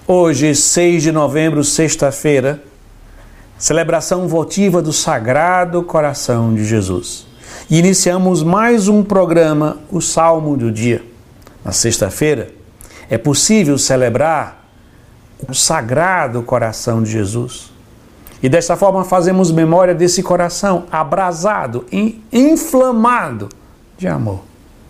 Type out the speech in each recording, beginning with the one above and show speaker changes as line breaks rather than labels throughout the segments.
Hoje, 6 de novembro, sexta-feira, celebração votiva do Sagrado Coração de Jesus. E iniciamos mais um programa, o Salmo do Dia. Na sexta-feira, é possível celebrar o Sagrado Coração de Jesus. E desta forma fazemos memória desse coração abrasado, inflamado de amor.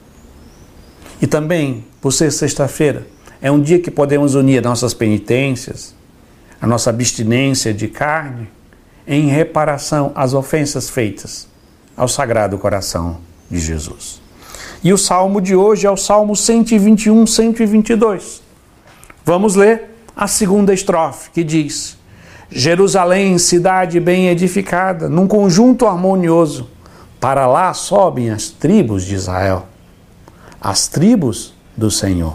E também, por ser sexta-feira, é um dia que podemos unir nossas penitências, a nossa abstinência de carne, em reparação às ofensas feitas ao Sagrado Coração de Jesus. E o salmo de hoje é o Salmo 121, 122. Vamos ler a segunda estrofe, que diz: Jerusalém, cidade bem edificada, num conjunto harmonioso, para lá sobem as tribos de Israel, as tribos do Senhor.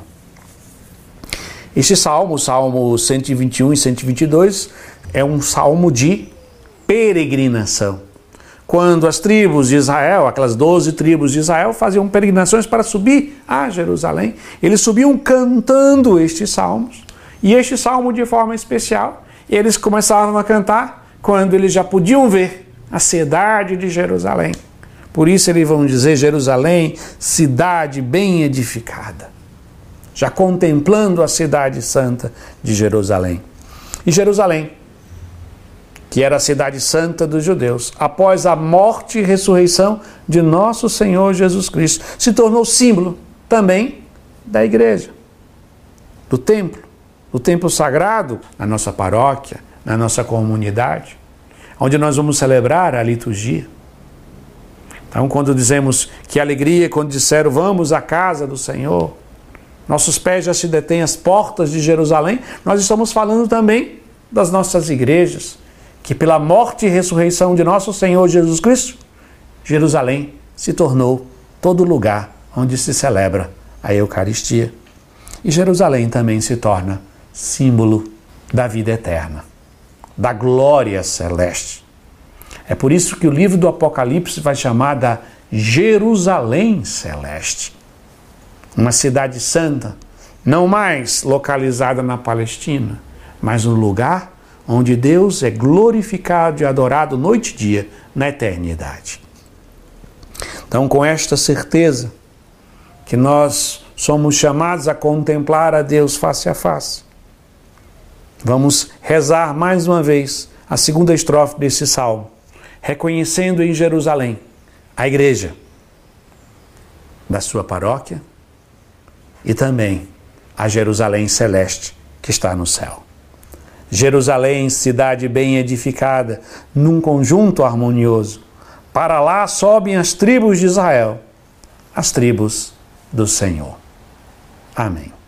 Este salmo, o Salmo 121 e 122, é um salmo de peregrinação. Quando as tribos de Israel, aquelas 12 tribos de Israel, faziam peregrinações para subir a Jerusalém, eles subiam cantando estes salmos. E este salmo, de forma especial, eles começavam a cantar quando eles já podiam ver a cidade de Jerusalém. Por isso eles vão dizer: Jerusalém, cidade bem edificada. Já contemplando a cidade santa de Jerusalém. E Jerusalém, que era a cidade santa dos judeus, após a morte e ressurreição de nosso Senhor Jesus Cristo, se tornou símbolo também da igreja, do templo sagrado, na nossa paróquia, na nossa comunidade, onde nós vamos celebrar a liturgia. Então, quando dizemos que alegria, quando disseram vamos à casa do Senhor, nossos pés já se detêm às portas de Jerusalém, nós estamos falando também das nossas igrejas, que pela morte e ressurreição de nosso Senhor Jesus Cristo, Jerusalém se tornou todo lugar onde se celebra a Eucaristia. E Jerusalém também se torna símbolo da vida eterna, da glória celeste. É por isso que o livro do Apocalipse vai chamar da Jerusalém Celeste. Uma cidade santa, não mais localizada na Palestina, mas no lugar onde Deus é glorificado e adorado noite e dia na eternidade. Então, com esta certeza que nós somos chamados a contemplar a Deus face a face, vamos rezar mais uma vez a segunda estrofe desse salmo, reconhecendo em Jerusalém a igreja da sua paróquia e também a Jerusalém celeste que está no céu. Jerusalém, cidade bem edificada, num conjunto harmonioso. Para lá sobem as tribos de Israel, as tribos do Senhor. Amém.